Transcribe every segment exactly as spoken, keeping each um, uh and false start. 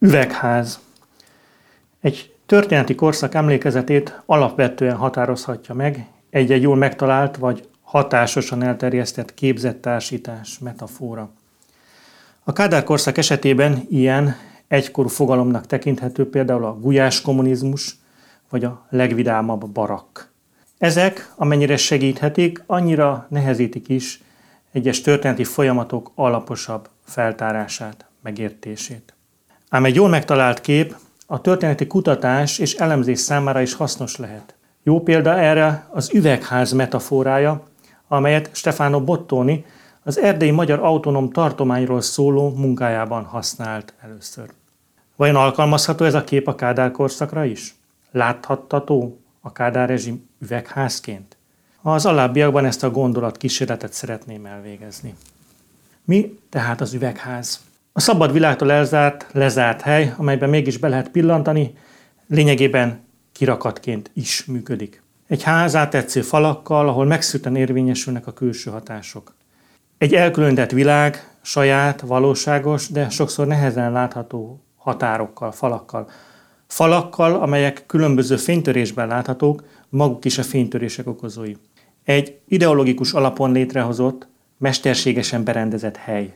Üvegház. Egy történeti korszak emlékezetét alapvetően határozhatja meg egy-egy jól megtalált vagy hatásosan elterjesztett képzettársítás, metafora. A Kádár korszak esetében ilyen egykorú fogalomnak tekinthető például a gulyás kommunizmus vagy a legvidámabb barakk. Ezek, amennyire segíthetik, annyira nehezítik is egyes történeti folyamatok alaposabb feltárását, megértését. Ám egy jól megtalált kép a történeti kutatás és elemzés számára is hasznos lehet. Jó példa erre az üvegház metaforája, amelyet Stefano Bottoni az erdélyi magyar autonóm tartományról szóló munkájában használt először. Vajon alkalmazható ez a kép a Kádár korszakra is? Láthattató a Kádár rezsim üvegházként? Az alábbiakban ezt a gondolatkísérletet szeretném elvégezni. Mi tehát az üvegház? A szabad világtól elzárt, lezárt hely, amelyben mégis be lehet pillantani, lényegében kirakatként is működik. Egy ház áttetsző falakkal, ahol megszűrten érvényesülnek a külső hatások. Egy elkülönített világ, saját, valóságos, de sokszor nehezen látható határokkal, falakkal. Falakkal, amelyek különböző fénytörésben láthatók, maguk is a fénytörések okozói. Egy ideológikus alapon létrehozott, mesterségesen berendezett hely.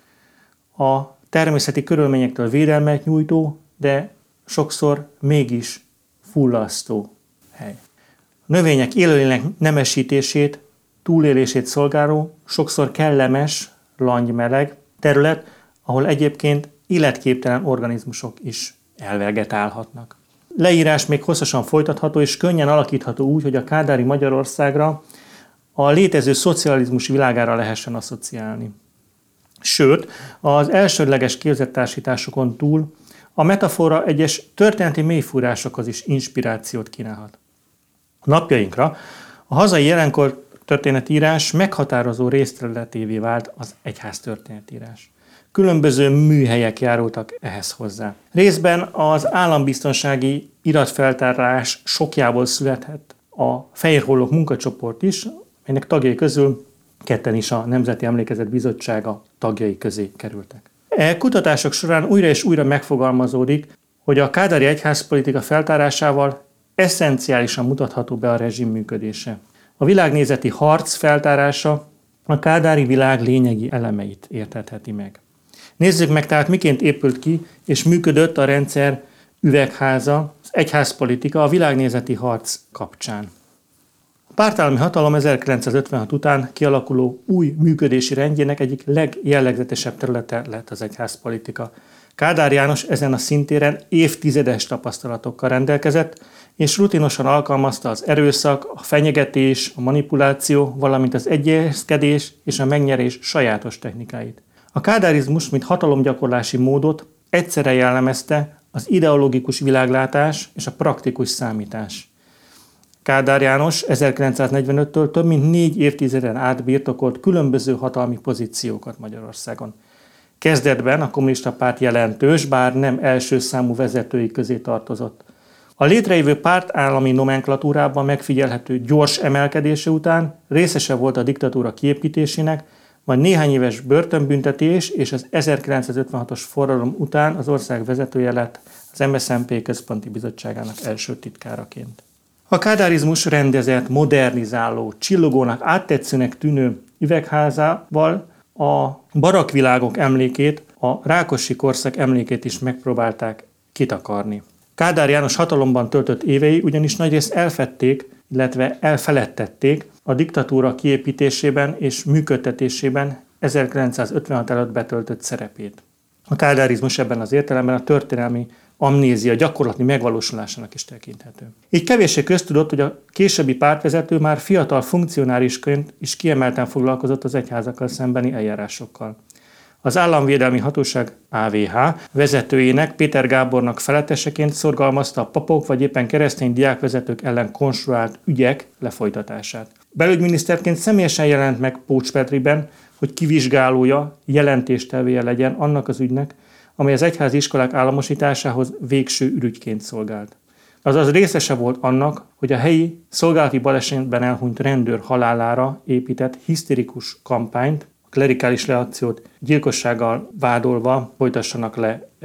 A természeti körülményektől védelmet nyújtó, de sokszor mégis fullasztó hely. A növények élőlények nemesítését, túlélését szolgáló, sokszor kellemes, langymeleg terület, ahol egyébként életképtelen organizmusok is elvegetálhatnak. Leírás még hosszasan folytatható és könnyen alakítható úgy, hogy a kádári Magyarországra a létező szocializmus világára lehessen asszociálni. Sőt, az elsődleges képzettársításokon túl a metafora egyes történeti mélyfúrásokhoz is inspirációt kínálhat. A napjainkra a hazai jelenkor történetírás meghatározó részterületévé vált az egyház történetírás. Különböző műhelyek járultak ehhez hozzá. Részben az állambiztonsági iratfeltárás sokjából született a Fehérhollók munkacsoport is, melynek tagjai közül ketten is a Nemzeti Emlékezet Bizottsága tagjai közé kerültek. E kutatások során újra és újra megfogalmazódik, hogy a kádári egyházpolitika feltárásával esszenciálisan mutatható be a rezsim működése. A világnézeti harc feltárása a kádári világ lényegi elemeit értetheti meg. Nézzük meg tehát, miként épült ki és működött a rendszer üvegháza, az egyházpolitika a világnézeti harc kapcsán. A pártállami hatalom ezerkilencszázötvenhat után kialakuló új működési rendjének egyik legjellegzetesebb területe lett az egyházpolitika. Kádár János ezen a szintéren évtizedes tapasztalatokkal rendelkezett, és rutinosan alkalmazta az erőszak, a fenyegetés, a manipuláció, valamint az egyezkedés és a megnyerés sajátos technikáit. A kádárizmus, mint hatalomgyakorlási módot egyszerre jellemezte az ideológikus világlátás és a praktikus számítás. Kádár János ezerkilencszáznegyvenöttől több mint négy évtizeden át birtokolt különböző hatalmi pozíciókat Magyarországon. Kezdetben a kommunista párt jelentős, bár nem első számú vezetői közé tartozott. A létrejövő pártállami nomenklatúrában megfigyelhető gyors emelkedése után részese volt a diktatúra kiépítésének, majd néhány éves börtönbüntetés és az ezerkilencszázötvenhatos forradalom után az ország vezetője lett az em es zé em pé központi bizottságának első titkáraként. A kádárizmus rendezett, modernizáló, csillogónak, áttetszőnek tűnő üvegházával a barakvilágok emlékét, a Rákosi korszak emlékét is megpróbálták kitakarni. Kádár János hatalomban töltött évei ugyanis nagyrészt elfedték, illetve elfeledtették a diktatúra kiépítésében és működtetésében ezerkilencszázötvenhat előtt betöltött szerepét. A kádárizmus ebben az értelemben a történelmi amnézia gyakorlati megvalósulásának is tekinthető. Így kevéssé köztudott, hogy a későbbi pártvezető már fiatal funkcionárisként is kiemelten foglalkozott az egyházakkal szembeni eljárásokkal. Az Államvédelmi Hatóság á vé há vezetőjének, Péter Gábornak feletteseként szorgalmazta a papok vagy éppen keresztény diákvezetők ellen konstruált ügyek lefolytatását. Belügyminiszterként személyesen jelent meg Pócs Petriben, hogy kivizsgálója, jelentéstevője legyen annak az ügynek, amely az egyházi iskolák államosításához végső ürügyként szolgált. Azaz részese volt annak, hogy a helyi szolgálati balesetben elhunyt rendőr halálára épített hisztérikus kampányt, a klerikális reakciót gyilkossággal vádolva folytassanak le egy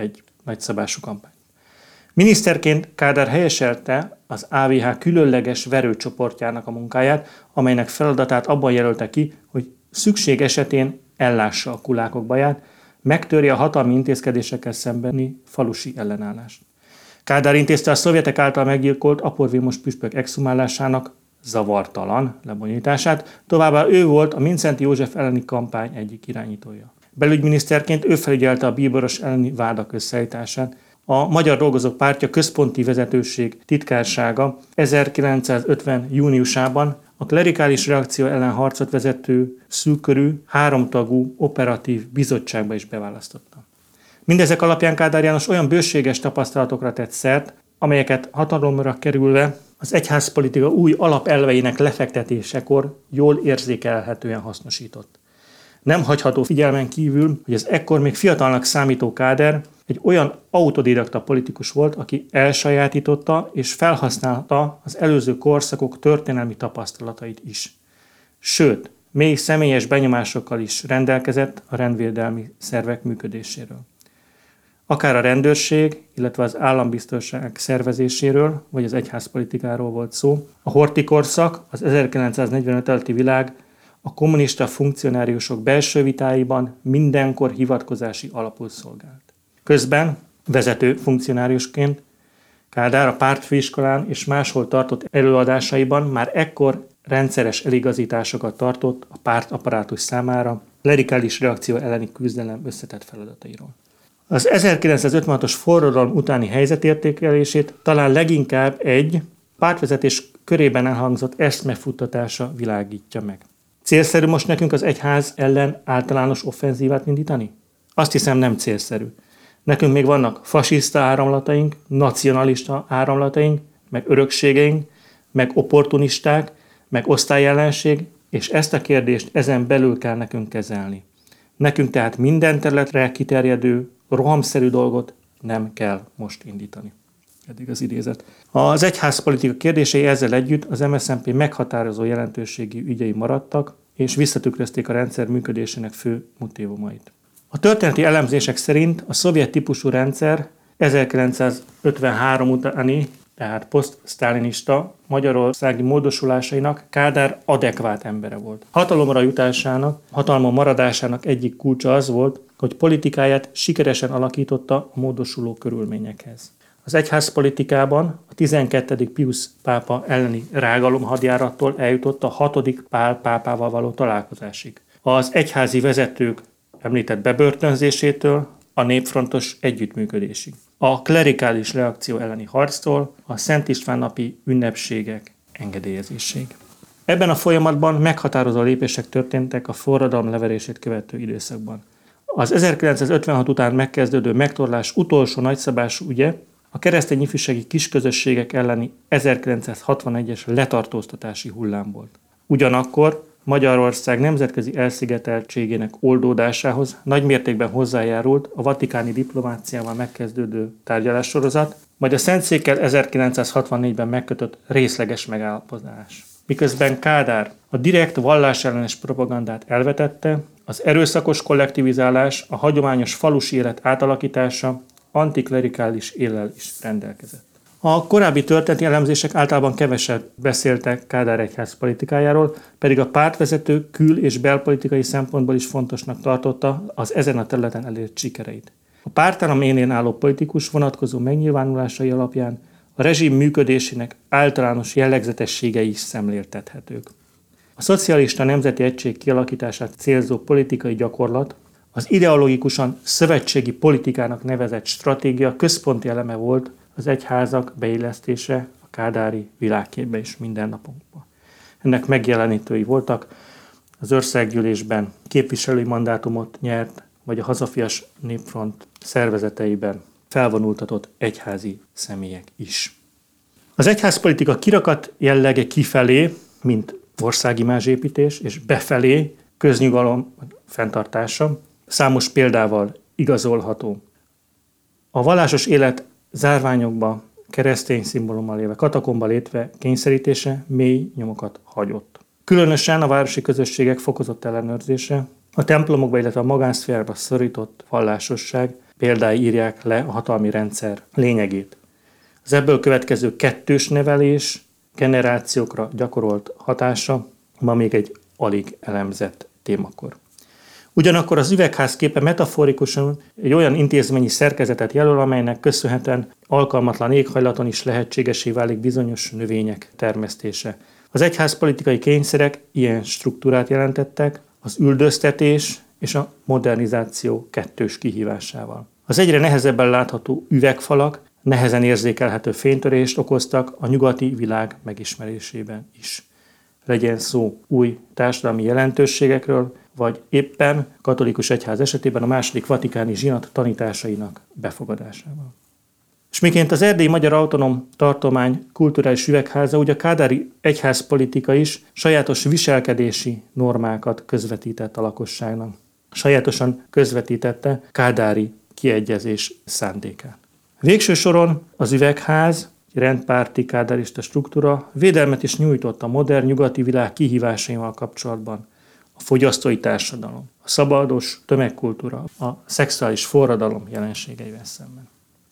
nagyszabású kampányt. Miniszterként Kádár helyeselte az á vé há különleges verőcsoportjának a munkáját, amelynek feladatát abban jelölte ki, hogy szükség esetén ellássa a kulákok baját, megtörje a hatalmi intézkedésekkel szembeni falusi ellenállást. Kádár intézte a szovjetek által meggyilkolt aporvémos püspök exhumálásának zavartalan lebonyolítását, továbbá ő volt a Mindszenty József elleni kampány egyik irányítója. Belügyminiszterként ő felügyelte a bíboros elleni vádak összeállítását. A Magyar Dolgozók Pártja központi vezetőség titkársága ezerkilencszázötven. júniusában a klerikális reakció ellen harcot vezető szűkkörű, háromtagú operatív bizottságba is beválasztotta. Mindezek alapján Kádár János olyan bőséges tapasztalatokra tett szert, amelyeket hatalomra kerülve az egyházpolitika új alapelveinek lefektetésekor jól érzékelhetően hasznosított. Nem hagyható figyelmen kívül, hogy az ekkor még fiatalnak számító Kádár egy olyan autodidakta politikus volt, aki elsajátította és felhasználta az előző korszakok történelmi tapasztalatait is. Sőt, mély személyes benyomásokkal is rendelkezett a rendvédelmi szervek működéséről. Akár a rendőrség, illetve az állambiztonság szervezéséről, vagy az egyházpolitikáról volt szó, a Horthy korszak, az ezerkilencszáznegyvenöt előtti világ a kommunista funkcionáriusok belső vitáiban mindenkor hivatkozási alapul szolgált. Közben vezető funkcionáriusként Kádár a pártfőiskolán és máshol tartott előadásaiban már ekkor rendszeres eligazításokat tartott a pártaparátus számára klerikális reakció elleni küzdelem összetett feladatairól. Az ezerkilencszázötvenhatos forradalom utáni helyzetértékelését talán leginkább egy pártvezetés körében elhangzott eszmefuttatása világítja meg. Célszerű most nekünk az egyház ellen általános offenzívát indítani? Azt hiszem, nem célszerű. Nekünk még vannak fasiszta áramlataink, nacionalista áramlataink, meg örökségeink, meg opportunisták, meg osztályellenség, és ezt a kérdést ezen belül kell nekünk kezelni. Nekünk tehát minden területre kiterjedő, rohamszerű dolgot nem kell most indítani. Eddig az idézet. Az egyházpolitika kérdései ezzel együtt az em es zé en pé meghatározó jelentőségű ügyei maradtak, és visszatükrözték a rendszer működésének fő motívumait. A történeti elemzések szerint a szovjet típusú rendszer ezerkilencszázötvenhárom utáni, tehát posztsztálinista magyarországi módosulásainak Kádár adekvát embere volt. Hatalomra jutásának, hatalmon maradásának egyik kulcsa az volt, hogy politikáját sikeresen alakította a módosuló körülményekhez. Az egyházpolitikában a tizenkettedik Piusz pápa elleni rágalom hadjárattól eljutott a hatodik Pál pápával való találkozásig. Az egyházi vezetők említett bebörtönzésétől a népfrontos együttműködésig. A klerikális reakció elleni harctól a Szent István napi ünnepségek engedélyezéséig. Ebben a folyamatban meghatározó lépések történtek a forradalom leverését követő időszakban. Az ezerkilencszázötvenhat után megkezdődő megtorlás utolsó nagyszabású ügye a keresztény ifjúsági kisközösségek elleni ezerkilencszázhatvanegyes letartóztatási hullám volt. Ugyanakkor Magyarország nemzetközi elszigeteltségének oldódásához nagymértékben hozzájárult a vatikáni diplomáciával megkezdődő tárgyalássorozat, majd a Szentszékkel ezerkilencszázhatvannégyben megkötött részleges megállapodás. Miközben Kádár a direkt vallásellenes propagandát elvetette, az erőszakos kollektivizálás, a hagyományos falusi élet átalakítása antiklerikális éllel is rendelkezett. A korábbi történeti elemzések általában keveset beszéltek Kádár egyház politikájáról, pedig a pártvezető kül- és belpolitikai szempontból is fontosnak tartotta az ezen a területen elért sikereit. A pártállam élén álló politikus vonatkozó megnyilvánulásai alapján a rezsim működésének általános jellegzetességei is szemléltethetők. A szocialista nemzeti egység kialakítását célzó politikai gyakorlat, az ideológikusan szövetségi politikának nevezett stratégia központi eleme volt az egyházak beillesztése a kádári világképbe és mindennapokba. Ennek megjelenítői voltak az országgyűlésben képviselői mandátumot nyert, vagy a Hazafias Népfront szervezeteiben felvonultatott egyházi személyek is. Az egyházpolitika kirakat jellege kifelé, mint országimázsépítés, és befelé köznyugalom fenntartása, számos példával igazolható. A vallásos élet zárványokba, keresztény szimbólummal élve, katakomba létve kényszerítése mély nyomokat hagyott. Különösen a városi közösségek fokozott ellenőrzése, a templomokba, illetve a magánszférbe szorított vallásosság példái írják le a hatalmi rendszer lényegét. Az ebből következő kettős nevelés generációkra gyakorolt hatása ma még egy alig elemzett témakör. Ugyanakkor az üvegházképe metaforikusan egy olyan intézményi szerkezetet jelöl, amelynek köszönhetően alkalmatlan éghajlaton is lehetségesé válik bizonyos növények termesztése. Az egyházpolitikai kényszerek ilyen struktúrát jelentettek, az üldöztetés és a modernizáció kettős kihívásával. Az egyre nehezebben látható üvegfalak nehezen érzékelhető fénytörést okoztak a nyugati világ megismerésében is. Legyen szó új társadalmi jelentőségekről, vagy éppen katolikus egyház esetében a második vatikáni zsinat tanításainak befogadásával. És miként az Erdélyi Magyar Autonóm Tartomány kulturális üvegháza, úgy a kádári egyházpolitika is sajátos viselkedési normákat közvetített a lakosságnak. Sajátosan közvetítette kádári kiegyezés szándékát. Végső soron az üvegház, egy rendpárti kádárista struktúra védelmet is nyújtott a modern nyugati világ kihívásaival kapcsolatban. A fogyasztói társadalom, a szabados tömegkultúra, a szexuális forradalom jelenségeivel szemben.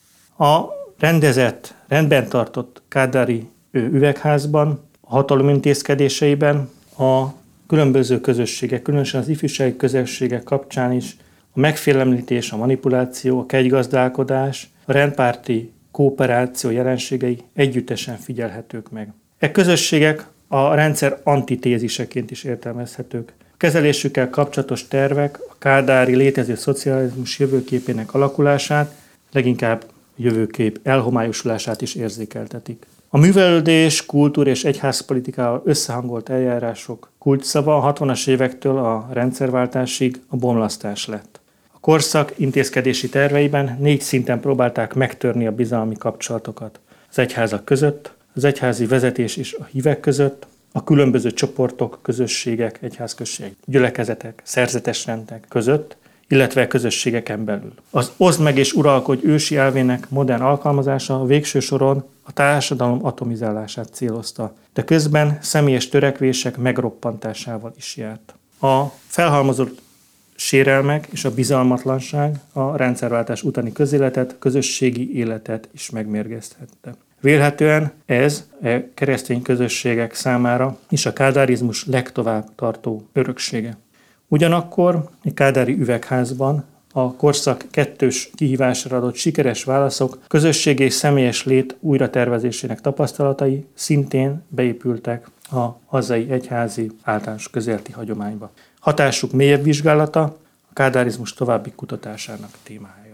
A rendezett, rendben tartott kádári üvegházban, a hatalom intézkedéseiben a különböző közösségek, különösen az ifjúsági közösségek kapcsán is a megfélemlítés, a manipuláció, a kegygazdálkodás, a rendpárti kooperáció jelenségei együttesen figyelhetők meg. E közösségek a rendszer antitéziseként is értelmezhetők. A kezelésükkel kapcsolatos tervek a kádári létező szocializmus jövőképének alakulását, leginkább jövőkép elhomályosulását is érzékeltetik. A művelődés, kultúr és egyházpolitikával összehangolt eljárások kulcsszava a hatvanas évektől a rendszerváltásig a bomlasztás lett. A korszak intézkedési terveiben négy szinten próbálták megtörni a bizalmi kapcsolatokat. Az egyházak között, az egyházi vezetés és a hívek között, a különböző csoportok, közösségek, egyházközségek, gyülekezetek, szerzetes rendek között, illetve közösségeken belül. Az oszd meg és uralkodj ősi elvének modern alkalmazása végső soron a társadalom atomizálását célozta, de közben személyes törekvések megroppantásával is járt. A felhalmozott sérelmek és a bizalmatlanság a rendszerváltás utáni közéletet, közösségi életet is megmérgezhette. Vélhetően ez a keresztény közösségek számára is a kádárizmus legtovább tartó öröksége. Ugyanakkor a kádári üvegházban a korszak kettős kihívásra adott sikeres válaszok, közösségi és személyes lét újratervezésének tapasztalatai szintén beépültek a hazai egyházi általános közéleti hagyományba. Hatásuk mélyebb vizsgálata a kádárizmus további kutatásának témája.